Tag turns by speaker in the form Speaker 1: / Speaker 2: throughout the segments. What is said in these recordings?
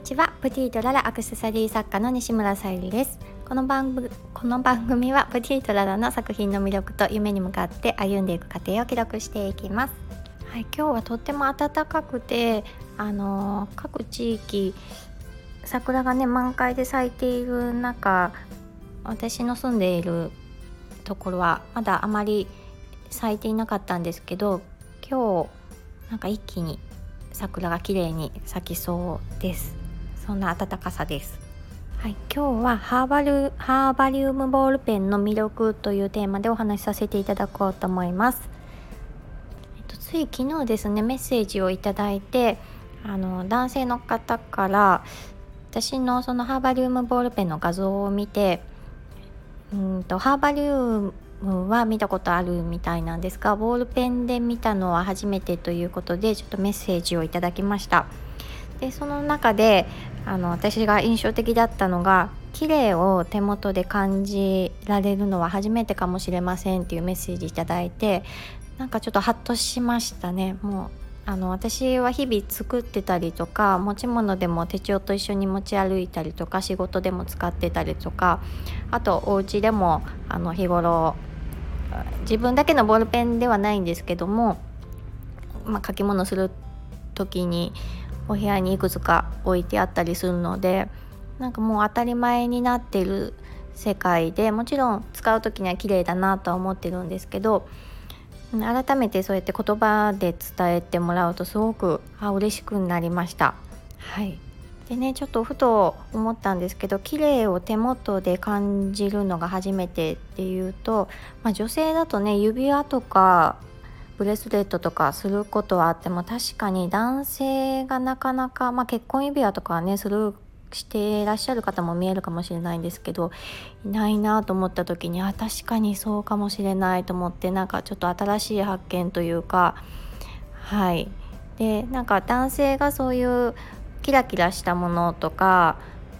Speaker 1: ちは。プティとララアクセサリー作家の西村さゆりです。この番組はプティとララの作品の魅力と夢に向かって歩んでいく過程を記録していきます。はい、今日はとっても暖かくて、各地域桜がね満開で咲いている中、私の住んでいるところはまだあまり咲いていなかったんですけど、今日なんか一気に桜が綺麗に咲きそうです。そんな暖かさです。はい、今日はハーバリウムボールペンの魅力というテーマでお話しさせていただこうと思います。つい昨日ですね、メッセージをいただいて、男性の方から私のそのハーバリウムボールペンの画像を見て、ハーバリウムは見たことあるみたいなんですが、ボールペンで見たのは初めてということで、ちょっとメッセージをいただきました。でその中で私が印象的だったのが、綺麗を手元で感じられるのは初めてかもしれませんっていうメッセージいただいて、なんかちょっとハッとしましたね。もう私は日々作ってたりとか、持ち物でも手帳と一緒に持ち歩いたりとか、仕事でも使ってたりとか、あとお家でも日頃自分だけのボールペンではないんですけども、書き物する時にお部屋にいくつか置いてあったりするので、なんかもう当たり前になっている世界で、もちろん使う時には綺麗だなとは思ってるんですけど、改めてそうやって言葉で伝えてもらうとすごく嬉しくなりました。はい。でね、ちょっとふと思ったんですけど、綺麗を手元で感じるのが初めてっていうと、女性だとね、指輪とかブレスレットとかすることはあっても、確かに男性がなかなか、結婚指輪とかはねしていらっしゃる方も見えるかもしれないんですけど、いないなと思った時に、確かにそうかもしれないと思って、なんかちょっと新しい発見というか、はい。でなんか男性がそういうキラキラしたものとか、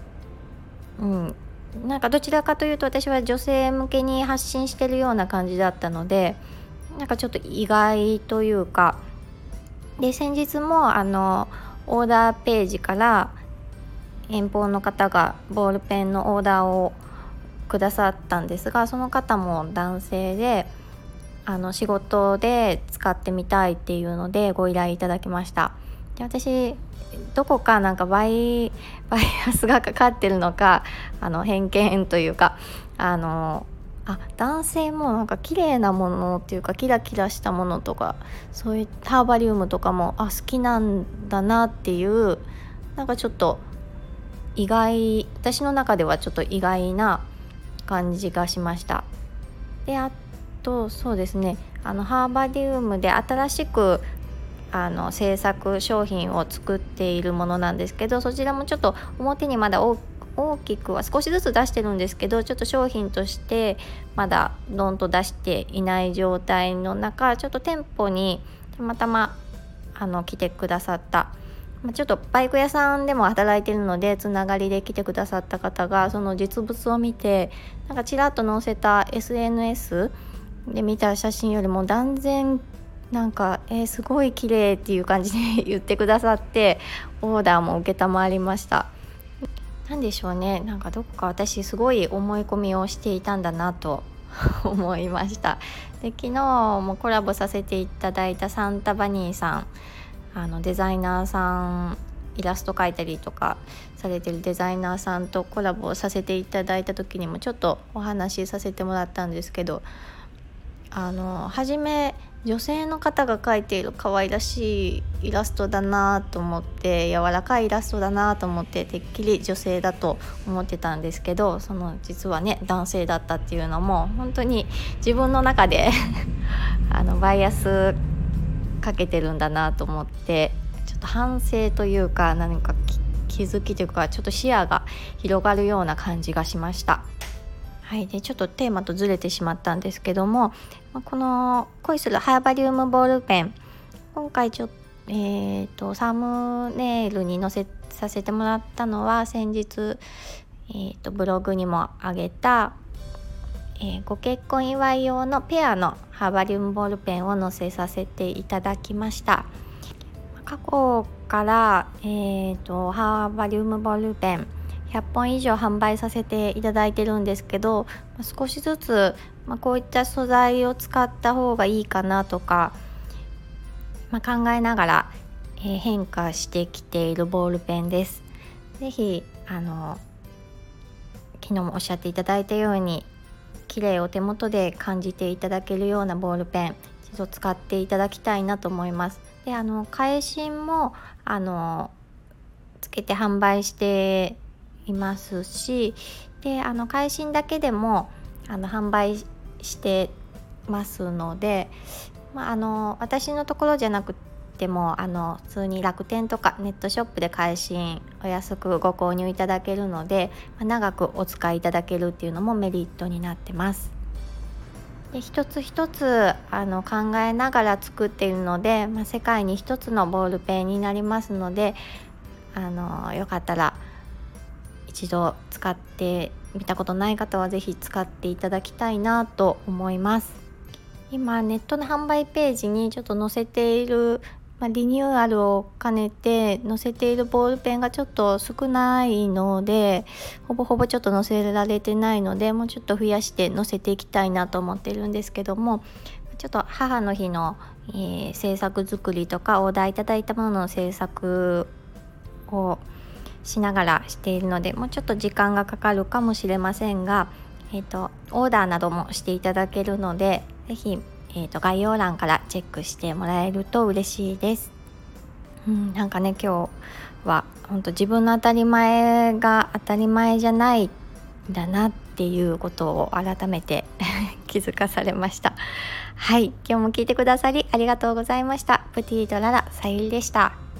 Speaker 1: なんかどちらかというと私は女性向けに発信してるような感じだったので、なんかちょっと意外というか。で先日もオーダーページから遠方の方がボールペンのオーダーをくださったんですが、その方も男性で、仕事で使ってみたいっていうのでご依頼いただきました。で私どこかなんかバイアスがかかってるのか、偏見というか、男性もなんか綺麗なものっていうか、キラキラしたものとか、そういうハーバリウムとかも好きなんだなっていう、なんかちょっと私の中ではちょっと意外な感じがしました。であとそうですね、ハーバリウムで新しく制作商品を作っているものなんですけど、そちらもちょっと表にまだ大きくは少しずつ出してるんですけど、ちょっと商品としてまだドンと出していない状態の中、ちょっと店舗にたまたま来てくださった、ちょっとバイク屋さんでも働いてるので、つながりで来てくださった方がその実物を見て、なんかちらっと載せた SNS で見た写真よりも断然なんかすごい綺麗っていう感じで言ってくださって、オーダーも承りました。なんでしょうね、なんかどこか私すごい思い込みをしていたんだなと思いました。で昨日もコラボさせていただいたサンタバニーさん、デザイナーさん、イラスト描いたりとかされてるデザイナーさんとコラボさせていただいた時にもちょっとお話しさせてもらったんですけど、初め女性の方が描いている可愛らしいイラストだなと思って、柔らかいイラストだなと思って、てっきり女性だと思ってたんですけど、その実はね男性だったっていうのも、本当に自分の中でバイアスかけてるんだなと思って、ちょっと反省というか、何か気づきというか、ちょっと視野が広がるような感じがしました。はい、でちょっとテーマとずれてしまったんですけども、この恋するハーバリウムボールペン、今回サムネイルに載せさせてもらったのは、先日、ブログにも上げた、ご結婚祝い用のペアのハーバリウムボールペンを載せさせていただきました。 過去から、ハーバリウムボールペン100本以上販売させていただいてるんですけど、少しずつ、こういった素材を使った方がいいかなとか、考えながら、変化してきているボールペンです。ぜひ昨日もおっしゃっていただいたように綺麗を手元で感じていただけるようなボールペン一度使っていただきたいなと思います。で返信もつけて販売していますし、で返信だけでも販売してますので、私のところじゃなくても普通に楽天とかネットショップで返信お安くご購入いただけるので、長くお使いいただけるっていうのもメリットになってます。で一つ一つ考えながら作っているので、世界に一つのボールペンになりますので、よかったら一度使ってみたことない方はぜひ使っていただきたいなと思います。今ネットの販売ページにちょっと載せている、リニューアルを兼ねて載せているボールペンがちょっと少ないので、ほぼほぼちょっと載せられてないので、もうちょっと増やして載せていきたいなと思ってるんですけども、ちょっと母の日の、制作作りとかオーダーいただいたものの制作をしながらしているので、もうちょっと時間がかかるかもしれませんが、オーダーなどもしていただけるので、ぜひ、概要欄からチェックしてもらえると嬉しいです。なんかね、今日は本当自分の当たり前が当たり前じゃないんだなっていうことを改めて気づかされました。はい、今日も聞いてくださりありがとうございました。プティとララさゆりでした。